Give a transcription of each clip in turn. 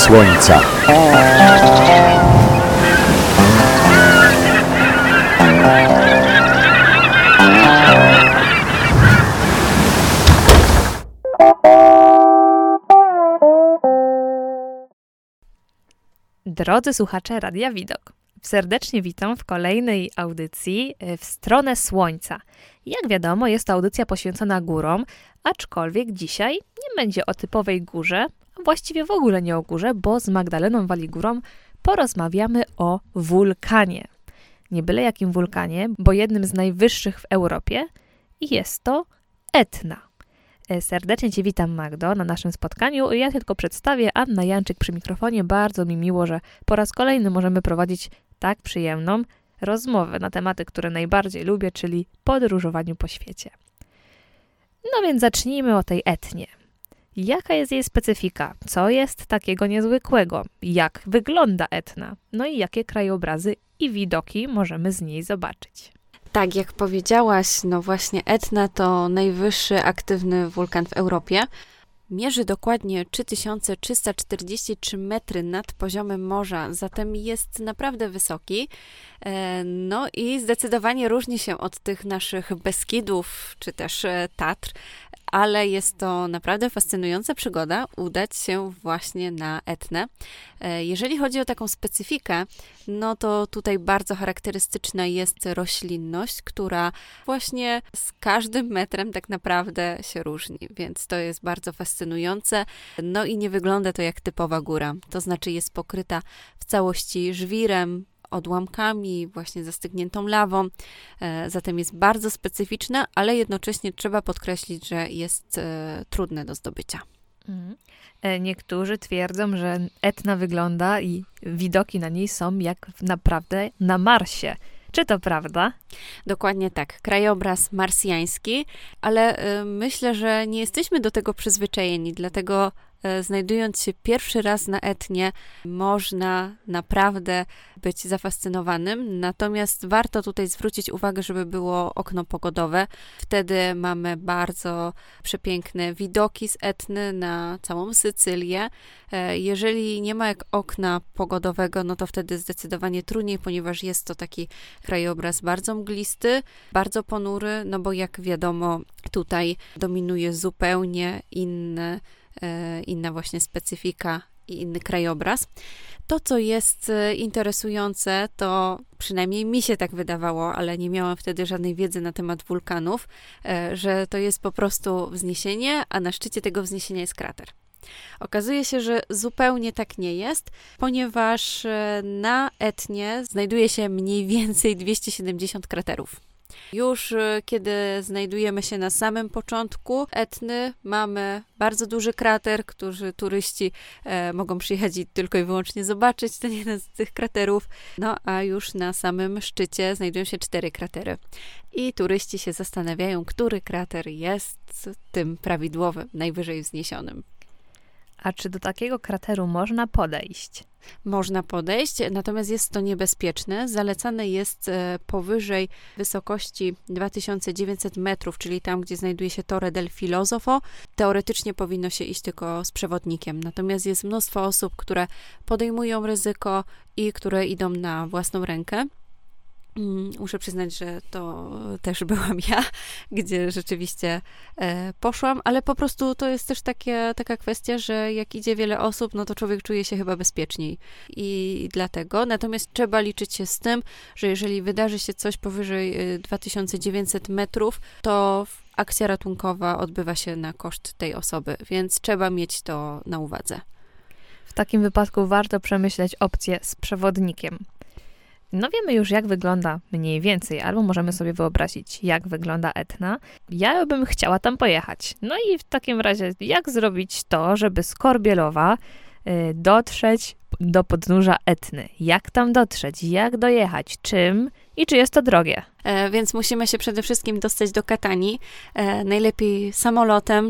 słońca. Drodzy słuchacze Radia Widok, serdecznie witam w kolejnej audycji W stronę Słońca. Jak wiadomo, jest to audycja poświęcona górom, aczkolwiek dzisiaj nie będzie o typowej górze, a właściwie w ogóle nie o górze, bo z Magdaleną Waligórą porozmawiamy o wulkanie. Nie byle jakim wulkanie, bo jednym z najwyższych w Europie i jest to Etna. Serdecznie Cię witam, Magdo, na naszym spotkaniu. Ja tylko przedstawię, Anna Janczyk przy mikrofonie. Bardzo mi miło, że po raz kolejny możemy prowadzić tak przyjemną rozmowę na tematy, które najbardziej lubię, czyli podróżowaniu po świecie. No więc zacznijmy o tej Etnie. Jaka jest jej specyfika? Co jest takiego niezwykłego? Jak wygląda Etna? No i jakie krajobrazy i widoki możemy z niej zobaczyć? Tak, jak powiedziałaś, no właśnie Etna to najwyższy aktywny wulkan w Europie. Mierzy dokładnie 3343 metry nad poziomem morza, zatem jest naprawdę wysoki. No i zdecydowanie różni się od tych naszych Beskidów czy też Tatr, ale jest to naprawdę fascynująca przygoda udać się właśnie na Etnę. Jeżeli chodzi o taką specyfikę, no to tutaj bardzo charakterystyczna jest roślinność, która właśnie z każdym metrem tak naprawdę się różni, więc to jest bardzo fascynujące. No i nie wygląda to jak typowa góra, to znaczy jest pokryta w całości żwirem, odłamkami, właśnie zastygniętą lawą. Zatem jest bardzo specyficzna, ale jednocześnie trzeba podkreślić, że jest trudne do zdobycia. Niektórzy twierdzą, że Etna wygląda i widoki na niej są jak naprawdę na Marsie. Czy to prawda? Dokładnie tak. Krajobraz marsjański, ale myślę, że nie jesteśmy do tego przyzwyczajeni, dlatego znajdując się pierwszy raz na Etnie, można naprawdę być zafascynowanym. Natomiast warto tutaj zwrócić uwagę, żeby było okno pogodowe. Wtedy mamy bardzo przepiękne widoki z Etny na całą Sycylię. Jeżeli nie ma jak okna pogodowego, no to wtedy zdecydowanie trudniej, ponieważ jest to taki krajobraz bardzo mglisty, bardzo ponury, no bo jak wiadomo, tutaj dominuje zupełnie inna właśnie specyfika i inny krajobraz. To, co jest interesujące, to przynajmniej mi się tak wydawało, ale nie miałam wtedy żadnej wiedzy na temat wulkanów, że to jest po prostu wzniesienie, a na szczycie tego wzniesienia jest krater. Okazuje się, że zupełnie tak nie jest, ponieważ na Etnie znajduje się mniej więcej 270 kraterów. Już kiedy znajdujemy się na samym początku Etny, mamy bardzo duży krater, który turyści mogą przyjechać i tylko i wyłącznie zobaczyć ten jeden z tych kraterów. No a już na samym szczycie znajdują się 4 kratery. I turyści się zastanawiają, który krater jest tym prawidłowym, najwyżej wzniesionym. A czy do takiego krateru można podejść? Można podejść, natomiast jest to niebezpieczne. Zalecane jest powyżej wysokości 2900 metrów, czyli tam, gdzie znajduje się Torre del Filosofo. Teoretycznie powinno się iść tylko z przewodnikiem. Natomiast jest mnóstwo osób, które podejmują ryzyko i które idą na własną rękę. Muszę przyznać, że to też byłam ja, gdzie rzeczywiście poszłam, ale po prostu to jest też taka kwestia, że jak idzie wiele osób, no to człowiek czuje się chyba bezpieczniej i dlatego. Natomiast trzeba liczyć się z tym, że jeżeli wydarzy się coś powyżej 2900 metrów, to akcja ratunkowa odbywa się na koszt tej osoby, więc trzeba mieć to na uwadze. W takim wypadku warto przemyśleć opcję z przewodnikiem. No wiemy już, jak wygląda mniej więcej, albo możemy sobie wyobrazić, jak wygląda Etna. Ja bym chciała tam pojechać. No i w takim razie, jak zrobić to, żeby z Korbielowa dotrzeć do podnóża Etny? Jak tam dotrzeć? Jak dojechać? Czym? I czy jest to drogie? Więc musimy się przede wszystkim dostać do Katani. Najlepiej samolotem.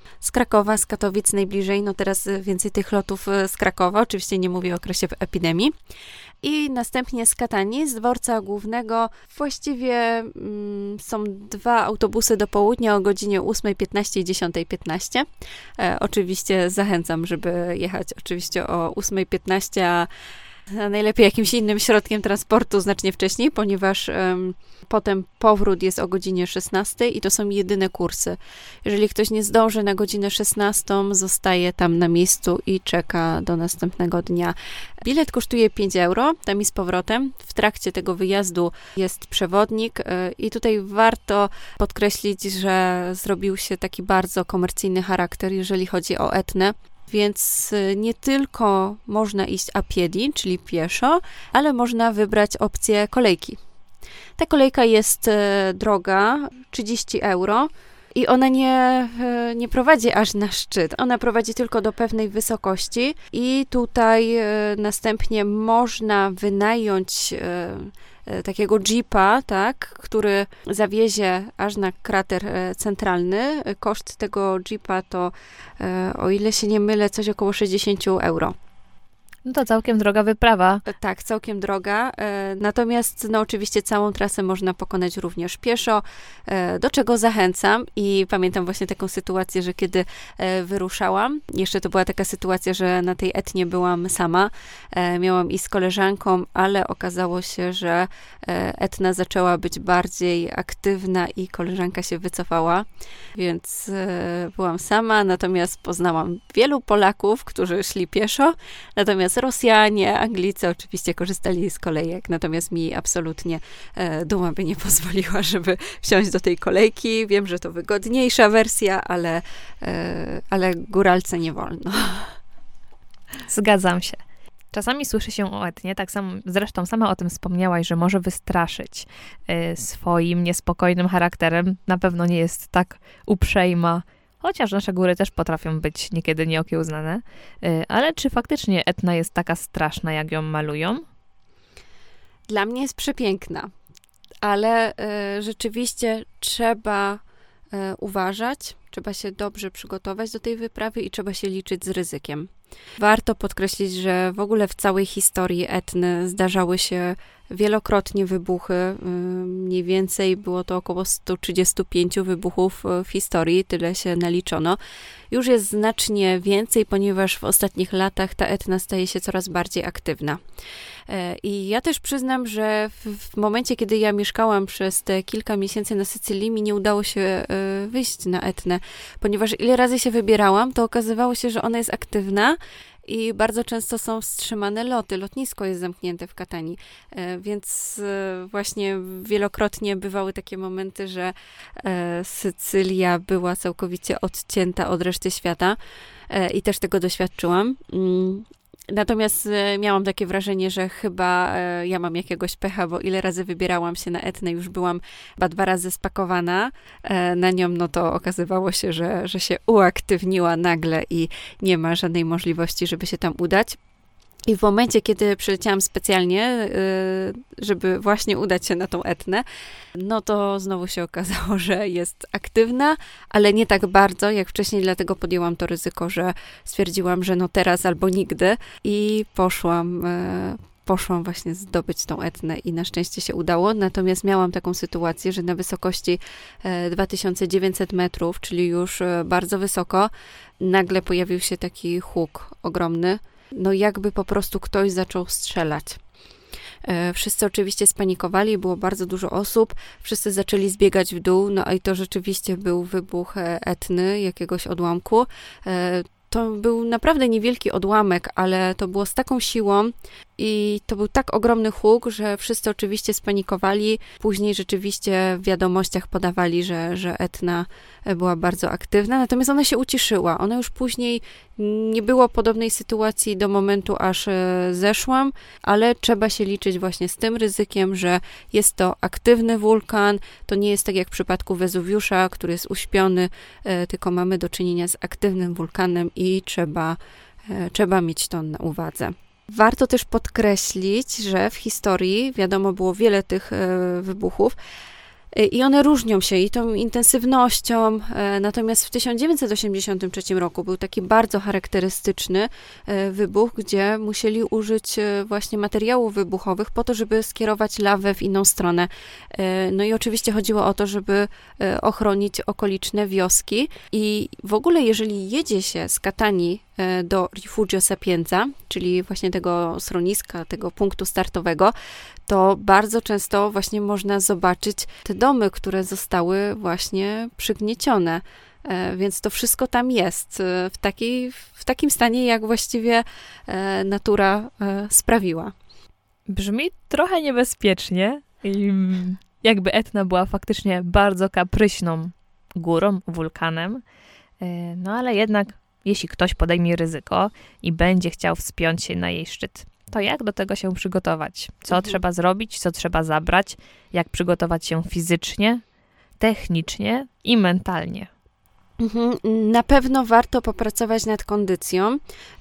z Krakowa, z Katowic najbliżej, no teraz więcej tych lotów z Krakowa, oczywiście nie mówię o okresie epidemii. I następnie z Katani, z dworca głównego, właściwie są 2 autobusy do południa o godzinie 8:15 i 10:15. Oczywiście zachęcam, żeby jechać oczywiście o 8:15, a najlepiej jakimś innym środkiem transportu znacznie wcześniej, ponieważ potem powrót jest o godzinie 16 i to są jedyne kursy. Jeżeli ktoś nie zdąży na godzinę 16, zostaje tam na miejscu i czeka do następnego dnia. Bilet kosztuje 5 euro, tam i z powrotem. W trakcie tego wyjazdu jest przewodnik i tutaj warto podkreślić, że zrobił się taki bardzo komercyjny charakter, jeżeli chodzi o Etnę. Więc nie tylko można iść a piedi, czyli pieszo, ale można wybrać opcję kolejki. Ta kolejka jest droga, 30 euro i ona nie prowadzi aż na szczyt. Ona prowadzi tylko do pewnej wysokości i tutaj następnie można wynająć takiego jeepa, tak, który zawiezie aż na krater centralny. Koszt tego jeepa to, o ile się nie mylę, coś około 60 euro. No to całkiem droga wyprawa. Tak, całkiem droga. Natomiast no oczywiście całą trasę można pokonać również pieszo, do czego zachęcam. I pamiętam właśnie taką sytuację, że kiedy wyruszałam, jeszcze to była taka sytuacja, że na tej Etnie byłam sama. Miałam iść z koleżanką, ale okazało się, że Etna zaczęła być bardziej aktywna i koleżanka się wycofała, więc byłam sama, natomiast poznałam wielu Polaków, którzy szli pieszo, natomiast Rosjanie, Anglicy oczywiście korzystali z kolejek, natomiast mi absolutnie duma by nie pozwoliła, żeby wsiąść do tej kolejki. Wiem, że to wygodniejsza wersja, ale góralce nie wolno. Zgadzam się. Czasami słyszy się o Etnie, tak samo, zresztą sama o tym wspomniałaś, że może wystraszyć swoim niespokojnym charakterem. Na pewno nie jest tak uprzejma, chociaż nasze góry też potrafią być niekiedy nieokiełznane. Ale czy faktycznie Etna jest taka straszna, jak ją malują? Dla mnie jest przepiękna, ale rzeczywiście trzeba uważać, trzeba się dobrze przygotować do tej wyprawy i trzeba się liczyć z ryzykiem. Warto podkreślić, że w ogóle w całej historii Etny zdarzały się wielokrotnie wybuchy. Mniej więcej było to około 135 wybuchów w historii, tyle się naliczono. Już jest znacznie więcej, ponieważ w ostatnich latach ta Etna staje się coraz bardziej aktywna. I ja też przyznam, że w momencie, kiedy ja mieszkałam przez te kilka miesięcy na Sycylii, mi nie udało się wyjść na Etnę, ponieważ ile razy się wybierałam, to okazywało się, że ona jest aktywna i bardzo często są wstrzymane loty. Lotnisko jest zamknięte w Katani, więc właśnie wielokrotnie bywały takie momenty, że Sycylia była całkowicie odcięta od reszty świata i też tego doświadczyłam. Natomiast miałam takie wrażenie, że chyba ja mam jakiegoś pecha, bo ile razy wybierałam się na Etnę, już byłam chyba 2 razy spakowana na nią, no to okazywało się, że się uaktywniła nagle i nie ma żadnej możliwości, żeby się tam udać. I w momencie, kiedy przyleciałam specjalnie, żeby właśnie udać się na tą Etnę, no to znowu się okazało, że jest aktywna, ale nie tak bardzo jak wcześniej, dlatego podjęłam to ryzyko, że stwierdziłam, że no teraz albo nigdy i poszłam właśnie zdobyć tą Etnę i na szczęście się udało. Natomiast miałam taką sytuację, że na wysokości 2900 metrów, czyli już bardzo wysoko, nagle pojawił się taki huk ogromny. No jakby po prostu ktoś zaczął strzelać. Wszyscy oczywiście spanikowali, było bardzo dużo osób, wszyscy zaczęli zbiegać w dół, no i to rzeczywiście był wybuch Etny, jakiegoś odłamku. To był naprawdę niewielki odłamek, ale to było z taką siłą i to był tak ogromny huk, że wszyscy oczywiście spanikowali. Później rzeczywiście w wiadomościach podawali, że Etna była bardzo aktywna, natomiast ona się uciszyła. Ona już później nie było podobnej sytuacji do momentu, aż zeszłam, ale trzeba się liczyć właśnie z tym ryzykiem, że jest to aktywny wulkan. To nie jest tak jak w przypadku Wezuwiusza, który jest uśpiony, tylko mamy do czynienia z aktywnym wulkanem i trzeba mieć to na uwadze. Warto też podkreślić, że w historii, wiadomo, było wiele tych wybuchów, I one różnią się i tą intensywnością, natomiast w 1983 roku był taki bardzo charakterystyczny wybuch, gdzie musieli użyć właśnie materiałów wybuchowych po to, żeby skierować lawę w inną stronę. No i oczywiście chodziło o to, żeby ochronić okoliczne wioski i w ogóle jeżeli jedzie się z Katani do Rifugio Sapienza, czyli właśnie tego schroniska, tego punktu startowego, to bardzo często właśnie można zobaczyć te domy, które zostały właśnie przygniecione. Więc to wszystko tam jest w takim stanie, jak właściwie natura sprawiła. Brzmi trochę niebezpiecznie. Jakby Etna była faktycznie bardzo kapryśną górą, wulkanem. No ale jednak, jeśli ktoś podejmie ryzyko i będzie chciał wspiąć się na jej szczyt, to jak do tego się przygotować? Co trzeba zrobić? Co trzeba zabrać? Jak przygotować się fizycznie, technicznie i mentalnie? Na pewno warto popracować nad kondycją.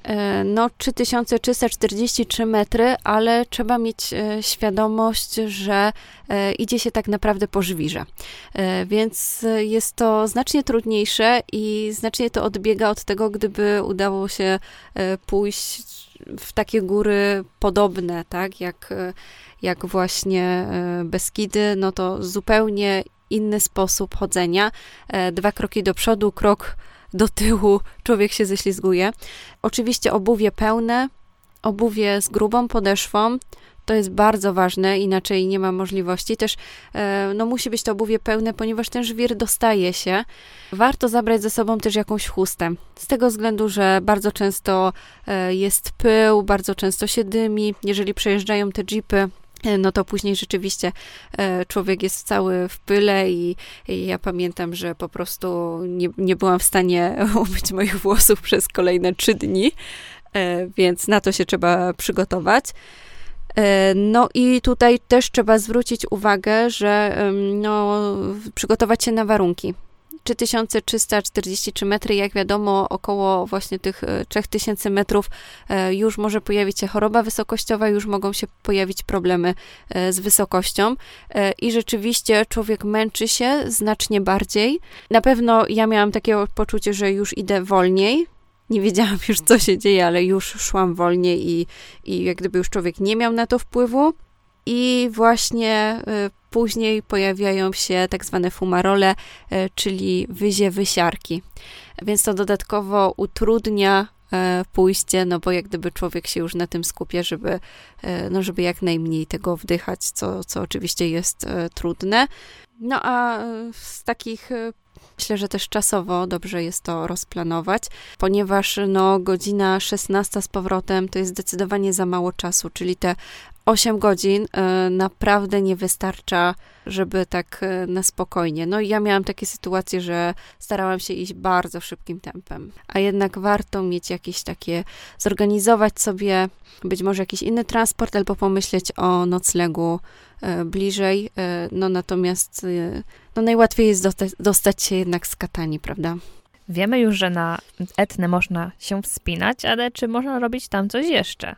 3343 metry, ale trzeba mieć świadomość, że idzie się tak naprawdę po żwirze. Więc jest to znacznie trudniejsze i znacznie to odbiega od tego, gdyby udało się pójść w takie góry podobne, tak, jak właśnie Beskidy, no to zupełnie inny sposób chodzenia. 2 kroki do przodu, krok do tyłu, człowiek się ześlizguje. Oczywiście obuwie pełne, obuwie z grubą podeszwą, to jest bardzo ważne, inaczej nie ma możliwości. Też musi być to obuwie pełne, ponieważ ten żwir dostaje się. Warto zabrać ze sobą też jakąś chustę. Z tego względu, że bardzo często jest pył, bardzo często się dymi. Jeżeli przejeżdżają te jeepy, no to później rzeczywiście człowiek jest cały w pyle i ja pamiętam, że po prostu nie byłam w stanie umyć moich włosów przez kolejne 3 dni, więc na to się trzeba przygotować. No i tutaj też trzeba zwrócić uwagę, że przygotować się na warunki. 3343 metry, jak wiadomo, około właśnie tych 3000 metrów już może pojawić się choroba wysokościowa, już mogą się pojawić problemy z wysokością i rzeczywiście człowiek męczy się znacznie bardziej. Na pewno ja miałam takie poczucie, że już idę wolniej. Nie wiedziałam już, co się dzieje, ale już szłam wolniej i jak gdyby już człowiek nie miał na to wpływu. I właśnie później pojawiają się tak zwane fumarole, czyli wyziewy siarki. Więc to dodatkowo utrudnia pójście, no bo jak gdyby człowiek się już na tym skupia, żeby jak najmniej tego wdychać, co oczywiście jest trudne. No a z takich myślę, że też czasowo dobrze jest to rozplanować, ponieważ godzina 16 z powrotem to jest zdecydowanie za mało czasu, czyli te 8 godzin naprawdę nie wystarcza, żeby tak na spokojnie. No i ja miałam takie sytuacje, że starałam się iść bardzo szybkim tempem, a jednak warto mieć jakieś takie, zorganizować sobie być może jakiś inny transport albo pomyśleć o noclegu bliżej, natomiast najłatwiej jest dostać się jednak z Katani, prawda? Wiemy już, że na Etnę można się wspinać, ale czy można robić tam coś jeszcze?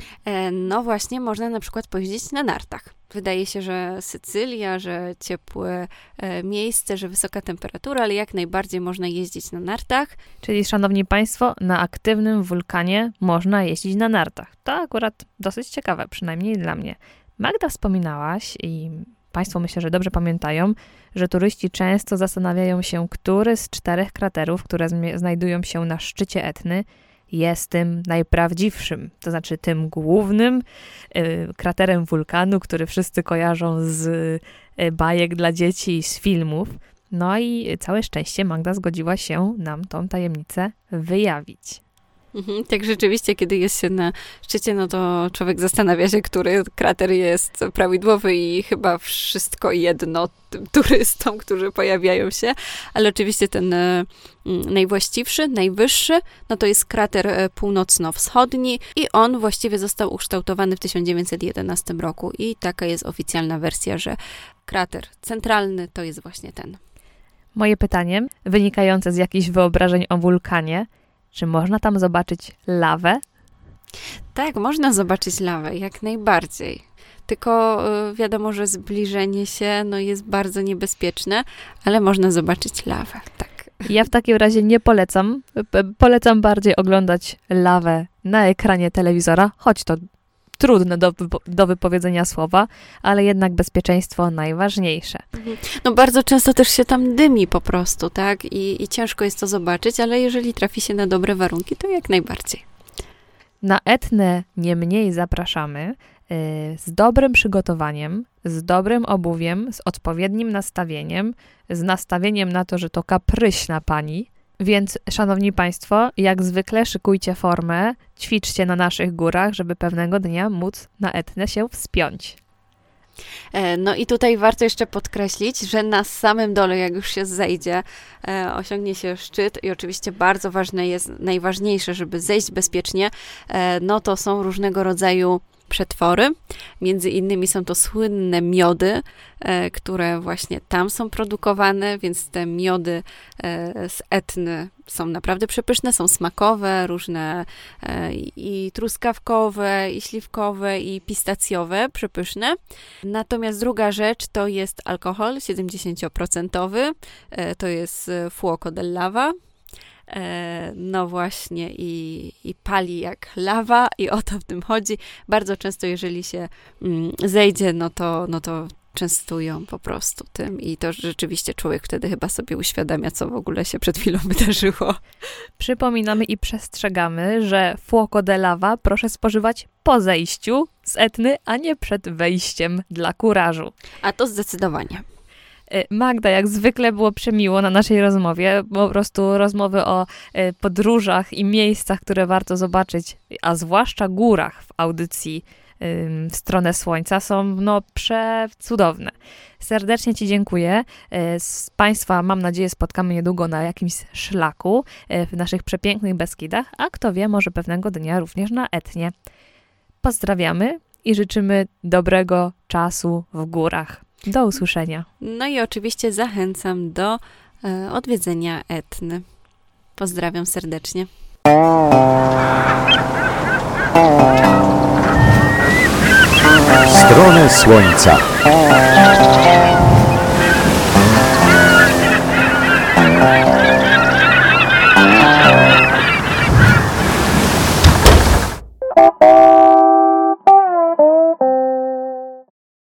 No właśnie, można na przykład pojeździć na nartach. Wydaje się, że Sycylia, że ciepłe miejsce, że wysoka temperatura, ale jak najbardziej można jeździć na nartach. Czyli, szanowni państwo, na aktywnym wulkanie można jeździć na nartach. To akurat dosyć ciekawe, przynajmniej dla mnie. Magda, wspominałaś i państwo myślę, że dobrze pamiętają, że turyści często zastanawiają się, który z 4 kraterów, które znajdują się na szczycie Etny, jest tym najprawdziwszym, to znaczy tym głównym kraterem wulkanu, który wszyscy kojarzą z bajek dla dzieci i z filmów. No i całe szczęście Magda zgodziła się nam tą tajemnicę wyjawić. Tak, rzeczywiście, kiedy jest się na szczycie, no to człowiek zastanawia się, który krater jest prawidłowy i chyba wszystko jedno tym turystom, którzy pojawiają się, ale oczywiście ten najwłaściwszy, najwyższy, no to jest krater północno-wschodni i on właściwie został ukształtowany w 1911 roku i taka jest oficjalna wersja, że krater centralny to jest właśnie ten. Moje pytanie, wynikające z jakichś wyobrażeń o wulkanie, czy można tam zobaczyć lawę? Tak, można zobaczyć lawę, jak najbardziej. tylko wiadomo, że zbliżenie się no, jest bardzo niebezpieczne, ale można zobaczyć lawę. Tak. Ja w takim razie nie polecam. Polecam bardziej oglądać lawę na ekranie telewizora, choć to trudne do wypowiedzenia słowa, ale jednak bezpieczeństwo najważniejsze. No bardzo często też się tam dymi po prostu, tak? I ciężko jest to zobaczyć, ale jeżeli trafi się na dobre warunki, to jak najbardziej. Na Etnę nie mniej zapraszamy z dobrym przygotowaniem, z dobrym obuwiem, z odpowiednim nastawieniem, z nastawieniem na to, że to kapryśna pani. Więc, szanowni państwo, jak zwykle szykujcie formę, ćwiczcie na naszych górach, żeby pewnego dnia móc na Etnę się wspiąć. No i tutaj warto jeszcze podkreślić, że na samym dole, jak już się zejdzie, osiągnie się szczyt i oczywiście bardzo ważne jest, najważniejsze, żeby zejść bezpiecznie, no to są różnego rodzaju przetwory. Między innymi są to słynne miody, które właśnie tam są produkowane, więc te miody z Etny są naprawdę przepyszne, są smakowe, różne i truskawkowe, i śliwkowe, i pistacjowe, przepyszne. Natomiast druga rzecz to jest alkohol 70%, to jest fuoco del lava. No właśnie i pali jak lawa i o to w tym chodzi. Bardzo często, jeżeli się zejdzie, no to częstują po prostu tym i to rzeczywiście człowiek wtedy chyba sobie uświadamia, co w ogóle się przed chwilą wydarzyło. Przypominamy i przestrzegamy, że fuoco de lava proszę spożywać po zejściu z Etny, a nie przed wejściem dla kurażu. A to zdecydowanie. Magda, jak zwykle było przemiło na naszej rozmowie, po prostu rozmowy o podróżach i miejscach, które warto zobaczyć, a zwłaszcza górach w audycji W stronę słońca są przecudowne. Serdecznie ci dziękuję. Z Państwa, mam nadzieję, spotkamy niedługo na jakimś szlaku w naszych przepięknych Beskidach, a kto wie, może pewnego dnia również na Etnie. Pozdrawiamy i życzymy dobrego czasu w górach. Do usłyszenia. No i oczywiście zachęcam do odwiedzenia Etny. Pozdrawiam serdecznie. W stronę słońca.